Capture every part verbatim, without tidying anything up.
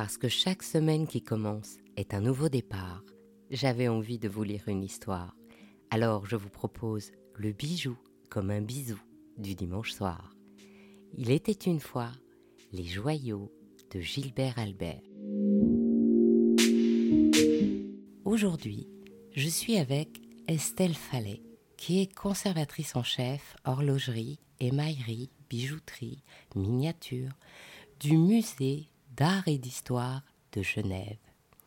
Parce que chaque semaine qui commence est un nouveau départ, j'avais envie de vous lire une histoire. Alors je vous propose Le bijou comme un bisou du dimanche soir. Il était une fois les joyaux de Gilbert Albert. Aujourd'hui, je suis avec Estelle Fallet, qui est conservatrice en chef, horlogerie, émaillerie, bijouterie, miniature, du musée d'art et d'histoire de Genève.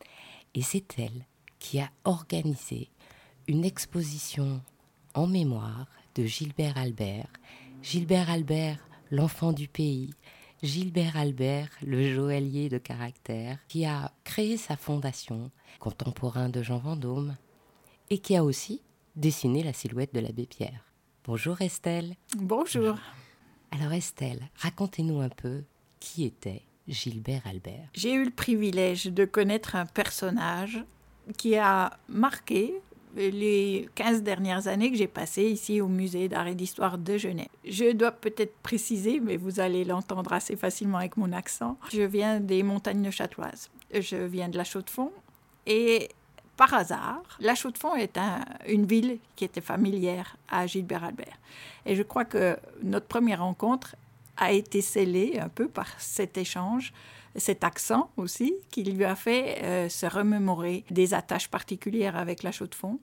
Et c'est elle qui a organisé une exposition en mémoire de Gilbert Albert. Gilbert Albert, l'enfant du pays. Gilbert Albert, le joaillier de caractère, qui a créé sa fondation, contemporain de Jean Vendôme, et qui a aussi dessiné la silhouette de l'abbé Pierre. Bonjour Estelle. Bonjour. Alors Estelle, racontez-nous un peu qui était Gilbert Albert. J'ai eu le privilège de connaître un personnage qui a marqué les quinze dernières années que j'ai passées ici au musée d'art et d'histoire de Genève. Je dois peut-être préciser, mais vous allez l'entendre assez facilement avec mon accent, je viens des montagnes neuchâteloises. Je viens de La Chaux-de-Fonds et par hasard, La Chaux-de-Fonds est un, une ville qui était familière à Gilbert Albert. Et je crois que notre première rencontre a été scellée un peu par cet échange, cet accent aussi, qui lui a fait euh, se remémorer des attaches particulières avec La Chaux-de-Fonds.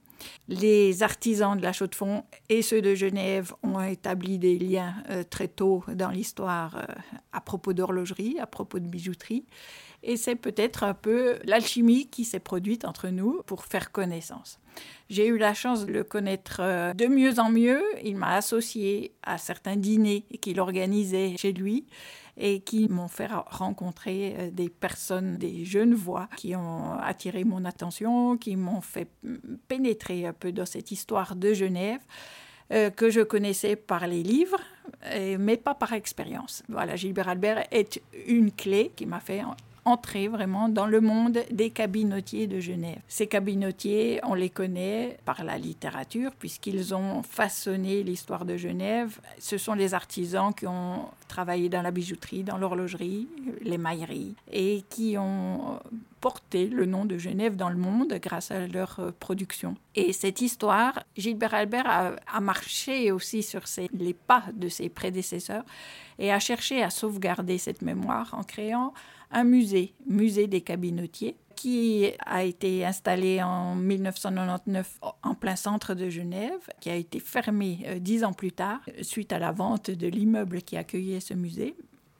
Les artisans de La Chaux-de-Fonds et ceux de Genève ont établi des liens euh, très tôt dans l'histoire euh, à propos d'horlogerie, à propos de bijouterie. Et c'est peut-être un peu l'alchimie qui s'est produite entre nous pour faire connaissance. J'ai eu la chance de le connaître de mieux en mieux. Il m'a associé à certains dîners qu'il organisait chez lui et qui m'ont fait rencontrer des personnes, des jeunes voix qui ont attiré mon attention, qui m'ont fait pénétrer un peu dans cette histoire de Genève euh, que je connaissais par les livres, mais pas par expérience. Voilà, Gilbert Albert est une clé qui m'a fait entrer vraiment dans le monde des cabinotiers de Genève. Ces cabinotiers, on les connaît par la littérature, puisqu'ils ont façonné l'histoire de Genève. Ce sont les artisans qui ont travaillé dans la bijouterie, dans l'horlogerie, l'émaillerie, et qui ont porté le nom de Genève dans le monde grâce à leur production. Et cette histoire, Gilbert Albert a, a marché aussi sur ses, les pas de ses prédécesseurs et a cherché à sauvegarder cette mémoire en créant un musée, musée des cabinotiers, qui a été installé en dix-neuf cent quatre-vingt-dix-neuf en plein centre de Genève, qui a été fermé euh, dix ans plus tard, suite à la vente de l'immeuble qui accueillait ce musée.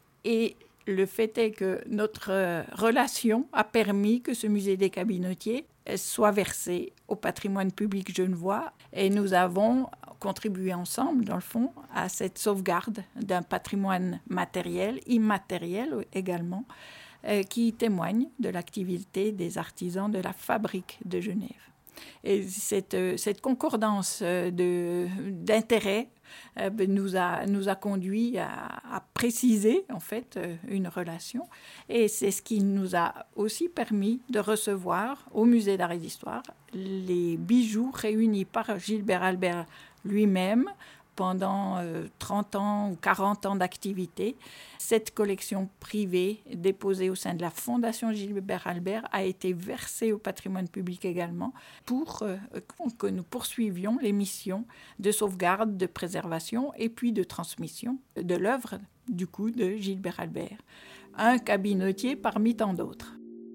Et le fait est que notre euh, relation a permis que ce musée des cabinotiers soit versé au patrimoine public genevois, et nous avons contribué ensemble, dans le fond, à cette sauvegarde d'un patrimoine matériel, immatériel également, euh, qui témoigne de l'activité des artisans de la fabrique de Genève. Et cette, cette concordance de, d'intérêts euh, nous, a, nous a conduit à, à préciser en fait une relation, et c'est ce qui nous a aussi permis de recevoir au musée d'art et d'histoire les bijoux réunis par Gilbert Albert lui-même pendant euh, trente ans ou quarante ans d'activité. Cette collection privée déposée au sein de la Fondation Gilbert Albert a été versée au patrimoine public également pour euh, que nous poursuivions les missions de sauvegarde, de préservation et puis de transmission de l'œuvre du coup de Gilbert Albert. Un cabinotier parmi tant d'autres.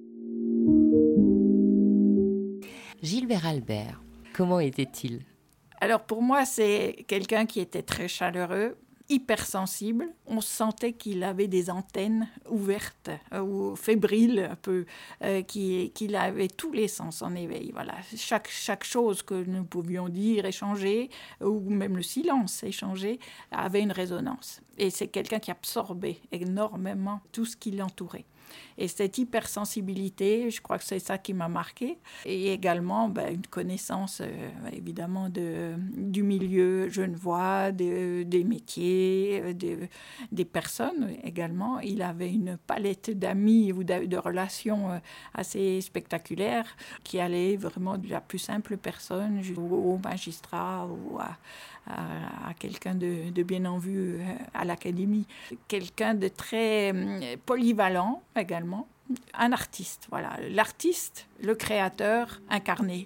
Gilbert Albert, comment était-il ? Alors pour moi, c'est quelqu'un qui était très chaleureux, hypersensible. On sentait qu'il avait des antennes ouvertes euh, ou fébriles un peu, euh, qui, qu'il avait tous les sens en éveil. Voilà. Chaque, chaque chose que nous pouvions dire, échanger, ou même le silence échanger, avait une résonance. Et c'est quelqu'un qui absorbait énormément tout ce qui l'entourait. Et cette hypersensibilité, je crois que c'est ça qui m'a marquée. Et également ben, une connaissance, euh, évidemment, de, du milieu genevois, de, des métiers, de, des personnes également. Il avait une palette d'amis ou de, de relations assez spectaculaires qui allaient vraiment de la plus simple personne au magistrat ou à, à, à quelqu'un de, de bien en vue à l'académie. Quelqu'un de très polyvalent également, un artiste, voilà, l'artiste, le créateur incarné.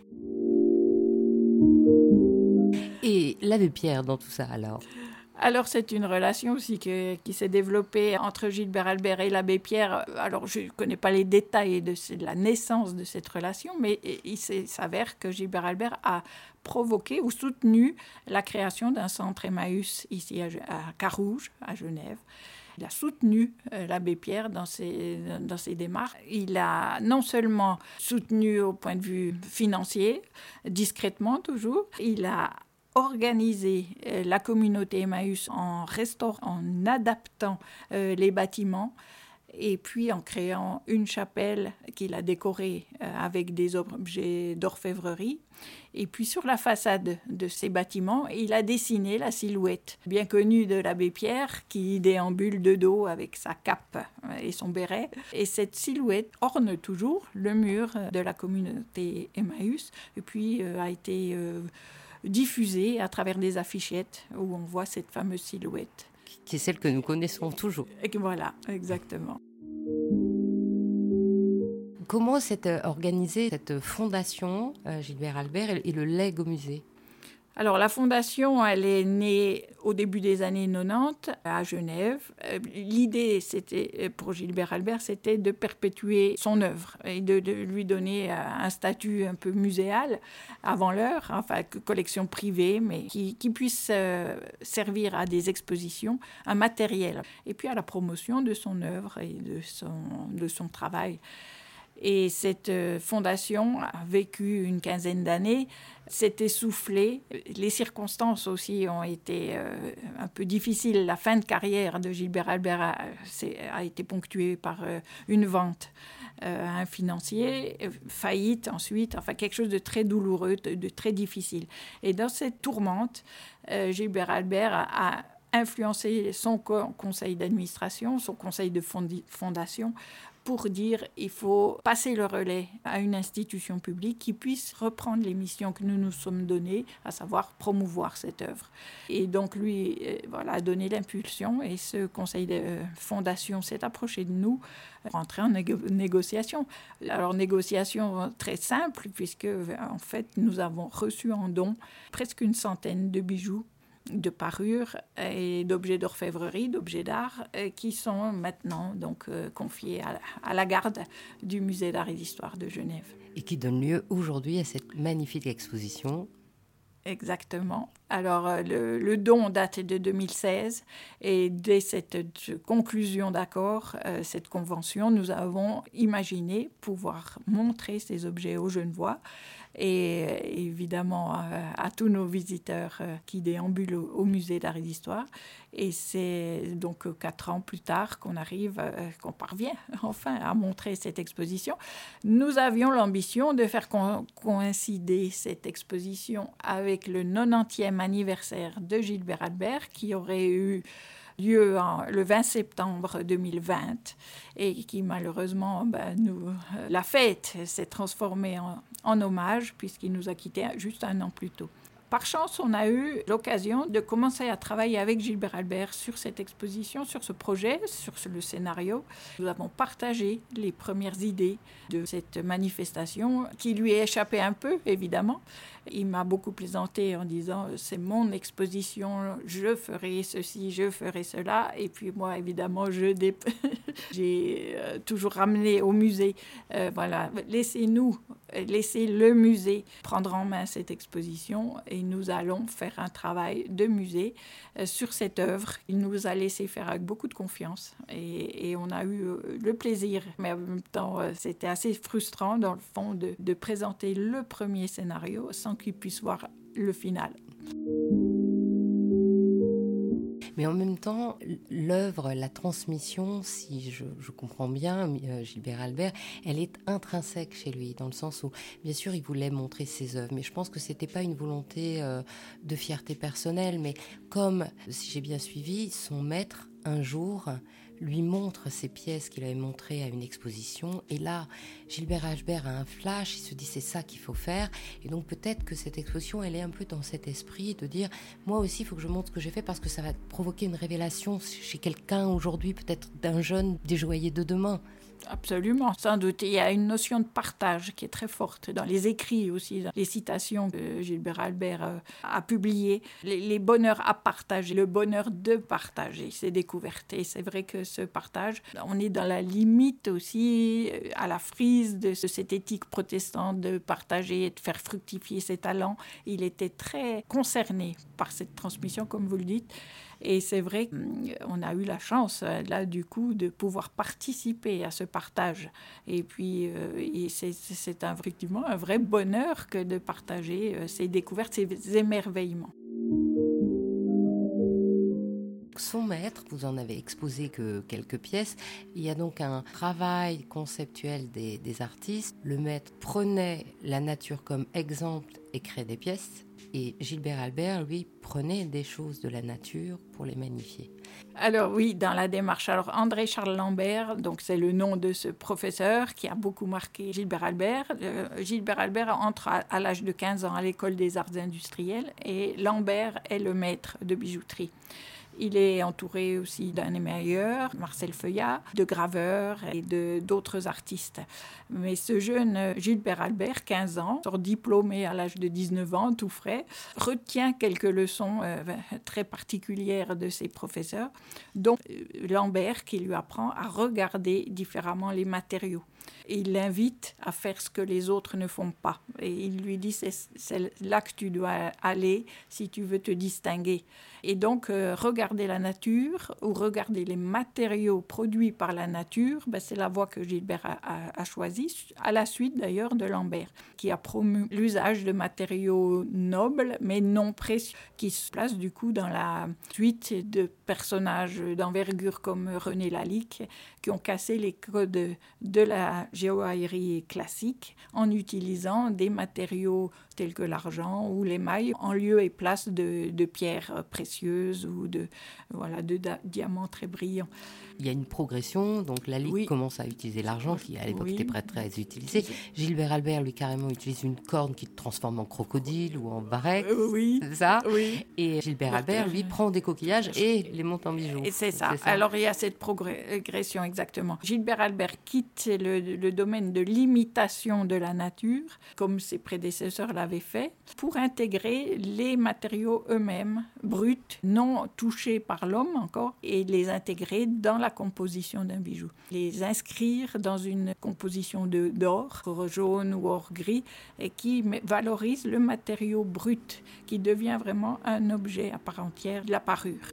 Et l'abbé Pierre dans tout ça alors ? Alors, c'est une relation aussi que, qui s'est développée entre Gilbert Albert et l'abbé Pierre. Alors, je ne connais pas les détails de, de la naissance de cette relation, mais il s'avère que Gilbert Albert a provoqué ou soutenu la création d'un centre Emmaüs ici à, à Carouge, à Genève. Il a soutenu euh, l'abbé Pierre dans ses, dans ses démarches. Il a non seulement soutenu au point de vue financier, discrètement toujours, il a organiser euh, la communauté Emmaüs en restaurant, en adaptant euh, les bâtiments et puis en créant une chapelle qu'il a décorée euh, avec des objets d'orfèvrerie. Et puis sur la façade de ces bâtiments, il a dessiné la silhouette bien connue de l'abbé Pierre qui déambule de dos avec sa cape et son béret. Et cette silhouette orne toujours le mur de la communauté Emmaüs et puis euh, a été euh, diffusée à travers des affichettes où on voit cette fameuse silhouette. Qui est celle que nous connaissons toujours. Et voilà, exactement. Comment s'est organisée cette fondation, euh, Gilbert Albert, et le legs au musée ? Alors, la fondation, elle est née au début des années quatre-vingt-dix à Genève. L'idée, c'était, pour Gilbert Albert, c'était de perpétuer son œuvre et de, de lui donner un statut un peu muséal avant l'heure, enfin, collection privée, mais qui, qui puisse euh, servir à des expositions, un matériel, et puis à la promotion de son œuvre et de son, de son travail. Et cette fondation a vécu une quinzaine d'années, s'est essoufflée. Les circonstances aussi ont été euh, un peu difficiles. La fin de carrière de Gilbert Albert a, a été ponctuée par euh, une vente euh, à un financier, faillite ensuite, enfin quelque chose de très douloureux, de, de très difficile. Et dans cette tourmente, euh, Gilbert Albert a, a influencé son co- conseil d'administration, son conseil de fondi- fondation, pour dire qu'il faut passer le relais à une institution publique qui puisse reprendre les missions que nous nous sommes données, à savoir promouvoir cette œuvre. Et donc lui euh, voilà, a donné l'impulsion et ce conseil de fondation s'est approché de nous, rentrer en négo- négociation. Alors négociation très simple puisque en fait nous avons reçu en don presque une centaine de bijoux, de parures et d'objets d'orfèvrerie, d'objets d'art, euh, qui sont maintenant donc euh, confiés à la, à la garde du Musée d'art et d'histoire de Genève. Et qui donne lieu aujourd'hui à cette magnifique exposition. Exactement. Alors, euh, le, le don date de deux mille seize et dès cette conclusion d'accord, euh, cette convention, nous avons imaginé pouvoir montrer ces objets aux Genevois et évidemment à, à tous nos visiteurs euh, qui déambulent au, au musée d'art et d'histoire. Et c'est donc quatre ans plus tard qu'on arrive, euh, qu'on parvient enfin à montrer cette exposition. Nous avions l'ambition de faire co- coïncider cette exposition avec le quatre-vingtième anniversaire de Gilbert Albert qui aurait eu lieu en, le vingt septembre deux mille vingt et qui malheureusement, ben, nous, la fête s'est transformée en, en hommage puisqu'il nous a quittés juste un an plus tôt. Par chance, on a eu l'occasion de commencer à travailler avec Gilbert Albert sur cette exposition, sur ce projet, sur le scénario. Nous avons partagé les premières idées de cette manifestation qui lui est échappée un peu, évidemment. Il m'a beaucoup plaisanté en disant « c'est mon exposition, je ferai ceci, je ferai cela ». Et puis moi, évidemment, je dé... j'ai euh, toujours ramené au musée. Euh, voilà, laissez-nous, laissez le musée prendre en main cette exposition et nous allons faire un travail de musée euh, sur cette œuvre. Il nous a laissé faire avec beaucoup de confiance et, et on a eu euh, le plaisir. Mais en même temps, euh, c'était assez frustrant dans le fond de, de présenter le premier scénario sans qu'ils puissent voir le final. Mais en même temps, l'œuvre, la transmission, si je, je comprends bien, euh, Gilbert Albert, elle est intrinsèque chez lui, dans le sens où, bien sûr, il voulait montrer ses œuvres, mais je pense que c'était pas une volonté euh, de fierté personnelle, mais comme, si j'ai bien suivi, son maître, un jour, lui montre ces pièces qu'il avait montrées à une exposition. Et là, Gilbert Albert a un flash, il se dit c'est ça qu'il faut faire. Et donc peut-être que cette exposition, elle est un peu dans cet esprit de dire moi aussi, il faut que je montre ce que j'ai fait parce que ça va provoquer une révélation chez quelqu'un aujourd'hui, peut-être d'un jeune déjoyé de demain. Absolument, sans doute. Il y a une notion de partage qui est très forte dans les écrits aussi, dans les citations que Gilbert Albert a publiées. Les, les bonheurs à partager, le bonheur de partager ses découvertes. Et c'est vrai que ce partage, on est dans la limite aussi, à la frise de cette éthique protestante de partager et de faire fructifier ses talents. Il était très concerné par cette transmission, comme vous le dites. Et c'est vrai qu'on a eu la chance, là, du coup, de pouvoir participer à ce partage. Et puis, euh, et c'est, c'est un, effectivement un vrai bonheur que de partager euh, ces découvertes, ces émerveillements. Son maître, vous en avez exposé que quelques pièces. Il y a donc un travail conceptuel des, des artistes. Le maître prenait la nature comme exemple et créait des pièces. Et Gilbert Albert, lui, prenait des choses de la nature pour les magnifier. Alors oui, dans la démarche. Alors André-Charles Lambert, donc c'est le nom de ce professeur qui a beaucoup marqué Gilbert Albert. Euh, Gilbert Albert entre à, à l'âge de quinze ans à l'école des arts industriels et Lambert est le maître de bijouterie. Il est entouré aussi d'un émailleur, Marcel Feuillat, de graveurs et de, d'autres artistes. Mais ce jeune Gilbert Albert, quinze ans, sort diplômé à l'âge de dix-neuf ans, tout frais, retient quelques leçons euh, très particulières de ses professeurs, dont Lambert qui lui apprend à regarder différemment les matériaux. Et il l'invite à faire ce que les autres ne font pas. Et il lui dit, c'est, c'est là que tu dois aller si tu veux te distinguer. Et donc, euh, regarder la nature ou regarder les matériaux produits par la nature, ben, c'est la voie que Gilbert a, a, a choisie, à la suite d'ailleurs de Lambert, qui a promu l'usage de matériaux nobles, mais non précieux, qui se place du coup dans la suite de personnages d'envergure comme René Lalique, qui ont cassé les codes de la joaillerie classique en utilisant des matériaux tels que l'argent ou l'émail en lieu et place de, de pierres précieuses ou de, voilà, de da- diamants très brillants. Il y a une progression, donc Lalique oui. commence à utiliser l'argent qui à l'époque oui. était pas très utilisé. Gilbert Albert lui carrément utilise une corne qui transforme en crocodile ou en varech, euh, oui. c'est ça oui. Et Gilbert Albert lui prend des coquillages et les monte en bijoux. Et c'est ça. c'est ça. Alors il y a cette progression exactement. Gilbert Albert quitte le, le domaine de l'imitation de la nature, comme ses prédécesseurs l'avaient fait, pour intégrer les matériaux eux-mêmes, bruts, non touchés par l'homme encore, et les intégrer dans la composition d'un bijou. Les inscrire dans une composition de, d'or, or jaune ou or gris, et qui valorise le matériau brut, qui devient vraiment un objet à part entière de la parure.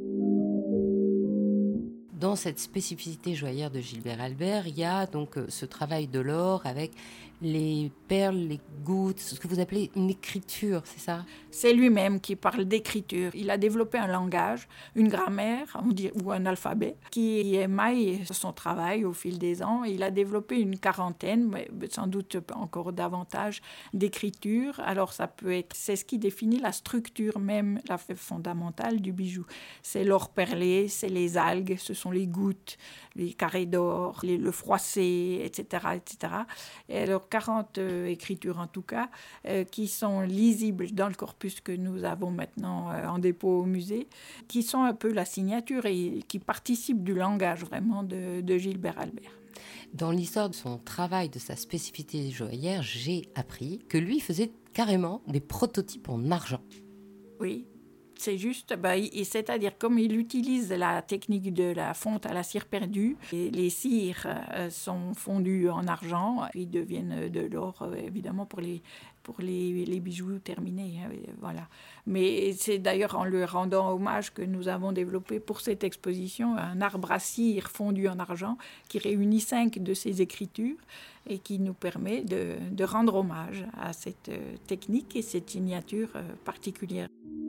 Dans cette spécificité joaillère de Gilbert Albert, il y a donc ce travail de l'or avec les perles, les gouttes, ce que vous appelez une écriture, c'est ça ? C'est lui-même qui parle d'écriture. Il a développé un langage, une grammaire, on dit, ou un alphabet, qui émaille son travail au fil des ans. Il a développé une quarantaine, mais sans doute encore davantage, d'écritures. Alors ça peut être, c'est ce qui définit la structure même, la fondamentale du bijou. C'est l'or perlé, c'est les algues, ce sont les gouttes, les carrés d'or, les, le froissé, et cetera, et cetera. Et alors quarante euh, écritures en tout cas, euh, qui sont lisibles dans le corpus que nous avons maintenant euh, en dépôt au musée, qui sont un peu la signature et qui participent du langage vraiment de, de Gilbert Albert. Dans l'histoire de son travail, de sa spécificité joaillère, j'ai appris que lui faisait carrément des prototypes en argent. Oui. C'est juste, bah, c'est-à-dire comme il utilise la technique de la fonte à la cire perdue, et les cires euh, sont fondues en argent, puis deviennent de l'or, euh, évidemment, pour les, pour les, les bijoux terminés. Hein, voilà. Mais c'est d'ailleurs en lui rendant hommage que nous avons développé pour cette exposition un arbre à cire fondu en argent qui réunit cinq de ses écritures et qui nous permet de, de rendre hommage à cette euh, technique et cette signature euh, particulière.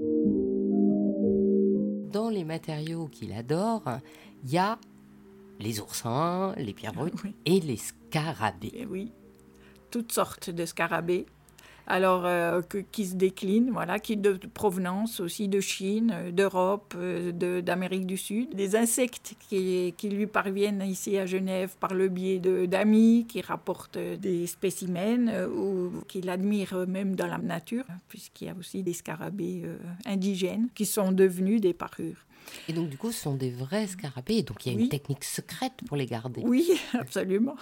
Dans les matériaux qu'il adore, il y a les oursins, les pierres brutes oui. et les scarabées. Et oui, toutes sortes de scarabées. Alors, euh, que, qui se déclinent, voilà, qui de provenance aussi de Chine, d'Europe, de, d'Amérique du Sud. Des insectes qui, qui lui parviennent ici à Genève par le biais de, d'amis qui rapportent des spécimens euh, ou qu'il admire même dans la nature, puisqu'il y a aussi des scarabées euh, indigènes qui sont devenus des parures. Et donc, du coup, ce sont des vrais scarabées. Et donc, il y a Oui. une technique secrète pour les garder. Oui, absolument.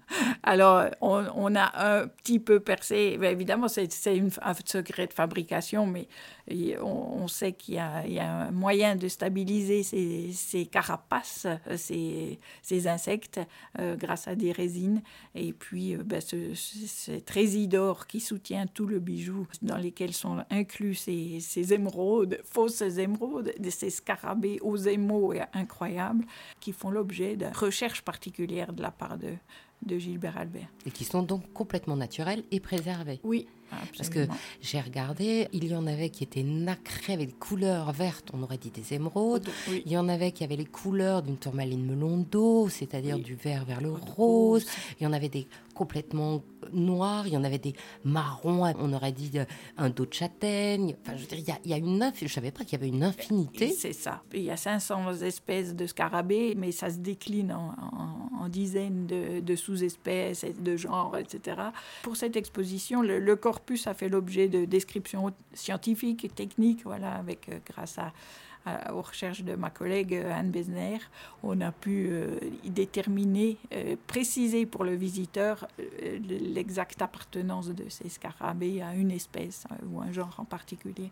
Alors, on, on a un petit peu percé. Bien, évidemment, c'est, c'est une, un secret de fabrication, mais on, on sait qu'il y a, il y a un moyen de stabiliser ces, ces carapaces, ces, ces insectes, euh, grâce à des résines. Et puis, euh, ben, ce, cet résidor qui soutient tout le bijou, dans lesquels sont inclus ces, ces émeraudes, fausses émeraudes, ces scarabées aux émaux incroyables, qui font l'objet de recherches particulières de la part de, de Gilbert Albert. Et qui sont donc complètement naturels et préservés. Oui, absolument. Parce que j'ai regardé, il y en avait qui étaient nacrés avec des couleurs vertes, on aurait dit des émeraudes. Oui. Il y en avait qui avaient les couleurs d'une tourmaline melon d'eau, c'est-à-dire oui. du vert vers le rose. rose. Il y en avait des complètement noirs, il y en avait des marrons, on aurait dit un dos de châtaigne. Enfin, je veux dire, il y a, il y a une inf... je ne savais pas qu'il y avait une infinité. C'est ça. Il y a cinq cents espèces de scarabées, mais ça se décline en, en, en dizaines de, de sous-espèces, de genres, et cetera. Pour cette exposition, le, le corpus a fait l'objet de descriptions scientifiques et techniques, voilà, avec, euh, grâce à aux recherches de ma collègue Anne Besner, on a pu euh, déterminer, euh, préciser pour le visiteur euh, l'exacte appartenance de ces scarabées à une espèce euh, ou un genre en particulier.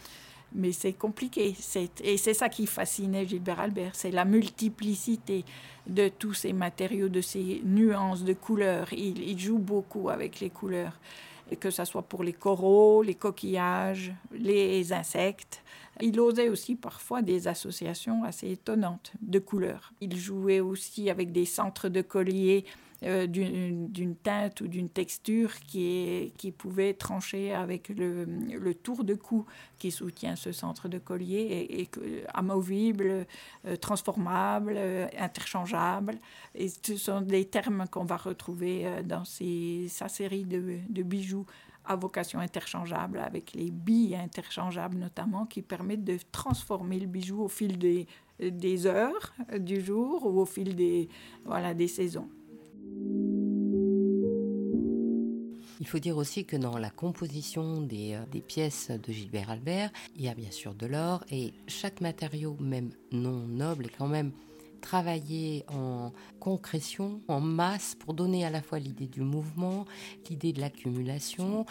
Mais c'est compliqué, c'est, et c'est ça qui fascinait Gilbert Albert, c'est la multiplicité de tous ces matériaux, de ces nuances de couleurs. Il, il joue beaucoup avec les couleurs, que ce soit pour les coraux, les coquillages, les insectes. Il osait aussi parfois des associations assez étonnantes de couleurs. Il jouait aussi avec des centres de colliers euh, d'une, d'une teinte ou d'une texture qui, est, qui pouvait trancher avec le, le tour de cou qui soutient ce centre de collier, et, et amovible, euh, transformable, euh, interchangeable. Et ce sont des termes qu'on va retrouver euh, dans ces, sa série de, de bijoux à vocation interchangeable, avec les billes interchangeables notamment, qui permettent de transformer le bijou au fil des, des heures du jour ou au fil des, voilà, des saisons. Il faut dire aussi que dans la composition des, euh, des pièces de Gilbert Albert, il y a bien sûr de l'or, et chaque matériau, même non noble, est quand même travailler en concrétion, en masse, pour donner à la fois l'idée du mouvement, l'idée de l'accumulation,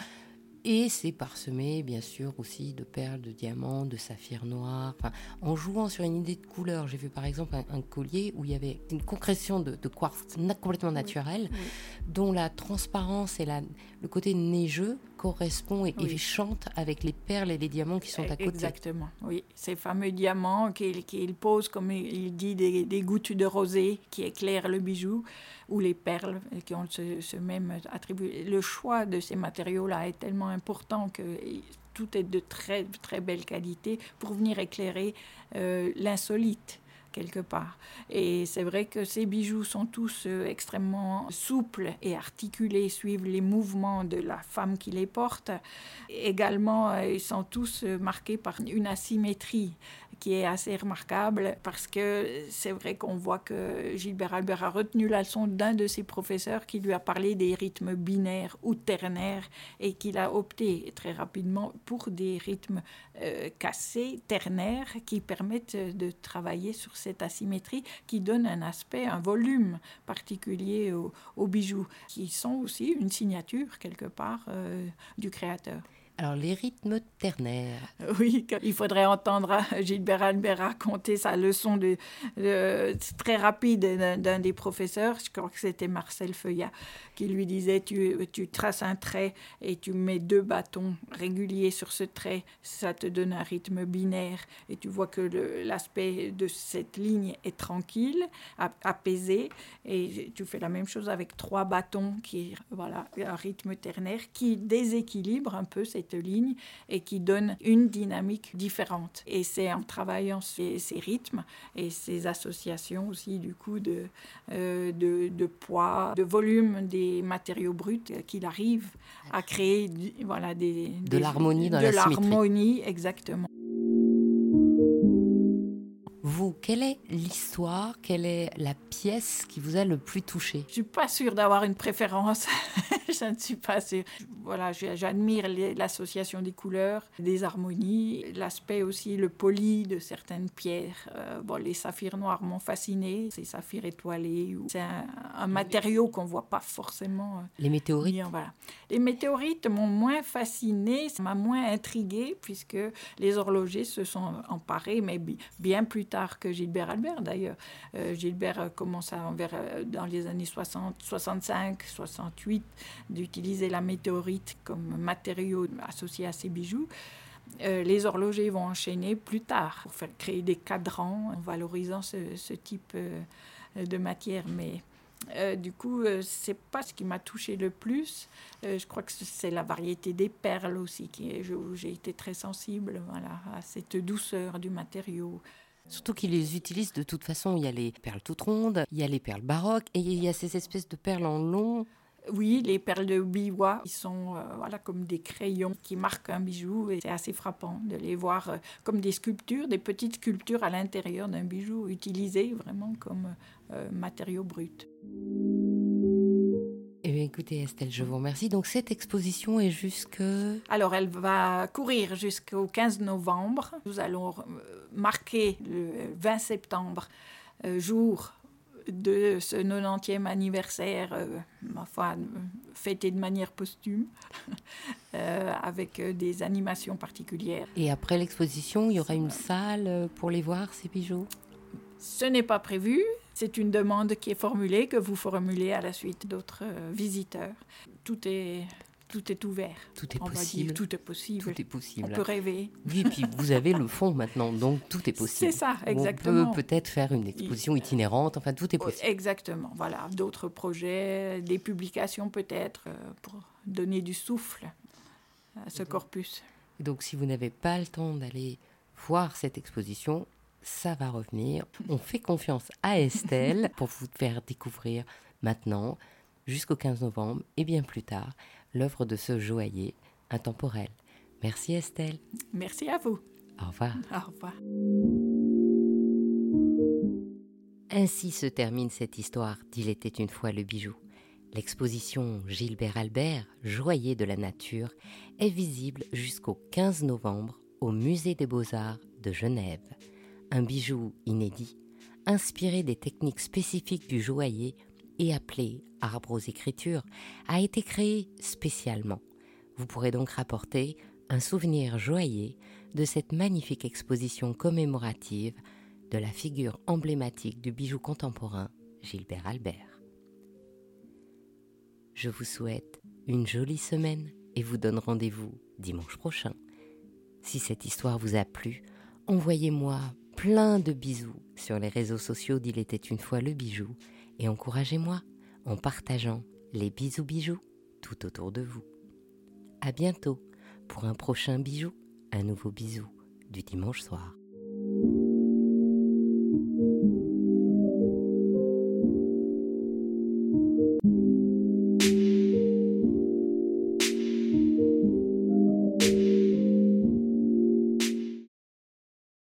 et c'est parsemé bien sûr aussi de perles, de diamants, de saphirs noirs, enfin, en jouant sur une idée de couleur. J'ai vu par exemple un, un collier où il y avait une concrétion de, de quartz na- complètement naturelle, oui, oui. dont la transparence et la, le côté neigeux correspond et, oui. et chante avec les perles et les diamants qui sont à côté. Exactement, oui. Ces fameux diamants qu'il, qu'il pose, comme il dit, des, des gouttes de rosée qui éclairent le bijou, ou les perles qui ont ce, ce même attribut. Le choix de ces matériaux-là est tellement important que tout est de très, très belle qualité pour venir éclairer euh, l'insolite, quelque part. Et c'est vrai que ces bijoux sont tous euh, extrêmement souples et articulés, suivent les mouvements de la femme qui les porte. Également, euh, ils sont tous euh, marqués par une asymétrie qui est assez remarquable, parce que c'est vrai qu'on voit que Gilbert Albert a retenu la leçon d'un de ses professeurs qui lui a parlé des rythmes binaires ou ternaires, et qu'il a opté très rapidement pour des rythmes euh, cassés, ternaires, qui permettent de travailler sur cette asymétrie, qui donne un aspect, un volume particulier aux, aux bijoux, qui sont aussi une signature, quelque part, euh, du créateur. Alors, les rythmes ternaires. Oui, il faudrait entendre Gilbert Albert raconter sa leçon de, de, très rapide d'un, d'un des professeurs, je crois que c'était Marcel Feuillat, qui lui disait tu, tu traces un trait et tu mets deux bâtons réguliers sur ce trait, ça te donne un rythme binaire, et tu vois que le, l'aspect de cette ligne est tranquille, apaisé, et tu fais la même chose avec trois bâtons, qui voilà, un rythme ternaire qui déséquilibre un peu cette cette ligne et qui donne une dynamique différente. Et c'est en travaillant ces, ces rythmes et ces associations aussi du coup de, euh, de, de poids, de volume des matériaux bruts qu'il arrive à créer voilà, des, de des, l'harmonie dans de la symétrie. l'harmonie, exactement. Vous, quelle est l'histoire, quelle est la pièce qui vous a le plus touché? Je ne suis pas sûre d'avoir une préférence. Je ne suis pas sûre. Voilà, j'admire les, l'association des couleurs, des harmonies, l'aspect aussi, le poli de certaines pierres. Euh, bon, les saphirs noirs m'ont fascinée, ces saphirs étoilés. C'est un, un matériau qu'on ne voit pas forcément. Les météorites bien, voilà. Les météorites m'ont moins fascinée, ça m'a moins intriguée, puisque les horlogers se sont emparés, mais bien plus tard que Gilbert Albert d'ailleurs. Euh, Gilbert commence à, vers, dans les années soixante, soixante-cinq, soixante-huit d'utiliser la météorite comme matériau associé à ses bijoux. Euh, les horlogers vont enchaîner plus tard pour faire créer des cadrans en valorisant ce, ce type euh, de matière. Mais euh, du coup, euh, c'est pas ce qui m'a touché le plus. Euh, je crois que c'est la variété des perles aussi qui est, où j'ai été très sensible, voilà, à cette douceur du matériau. Surtout qu'ils les utilisent de toute façon. Il y a les perles toutes rondes, il y a les perles baroques et il y a ces espèces de perles en long. Oui, les perles de biwa, ils sont euh, voilà, comme des crayons qui marquent un bijou et c'est assez frappant de les voir euh, comme des sculptures, des petites sculptures à l'intérieur d'un bijou utilisées vraiment comme euh, matériau brut. Eh bien, écoutez Estelle, je vous remercie. Donc cette exposition est jusque... Alors elle va courir jusqu'au quinze novembre. Nous allons marquer le vingt septembre, euh, jour de ce quatre-vingt-dix-e anniversaire, euh, ma foi, fêté de manière posthume, euh, avec des animations particulières. Et après l'exposition, il y aura une salle pour les voir, ces bijoux? Ce n'est pas prévu. C'est une demande qui est formulée, que vous formulez à la suite d'autres euh, visiteurs. Tout est... Tout est ouvert. Tout est on possible. Va dire, tout est possible. Tout est possible. On peut rêver. Oui, puis vous avez le fond maintenant, donc tout est possible. C'est ça, exactement. On peut peut-être faire une exposition itinérante, enfin tout est possible. Exactement, voilà. D'autres projets, des publications peut-être, euh, pour donner du souffle à ce corpus. Donc si vous n'avez pas le temps d'aller voir cette exposition, ça va revenir. On fait confiance à Estelle pour vous faire découvrir maintenant, jusqu'au quinze novembre et bien plus tard, l'œuvre de ce joaillier intemporel. Merci Estelle. Merci à vous. Au revoir. Au revoir. Ainsi se termine cette histoire d'Il était une fois le bijou. L'exposition Gilbert Albert, joaillier de la nature, est visible jusqu'au quinze novembre au Musée des Beaux-Arts de Genève. Un bijou inédit, inspiré des techniques spécifiques du joaillier et appelé arbre aux écritures, a été créé spécialement. Vous pourrez donc rapporter un souvenir joyeux de cette magnifique exposition commémorative de la figure emblématique du bijou contemporain, Gilbert Albert. Je vous souhaite une jolie semaine et vous donne rendez-vous dimanche prochain. Si cette histoire vous a plu, envoyez-moi plein de bisous sur les réseaux sociaux d'Il était une fois le bijou et encouragez-moi en partageant les bisous bijoux tout autour de vous. À bientôt pour un prochain bijou, un nouveau bisou du dimanche soir.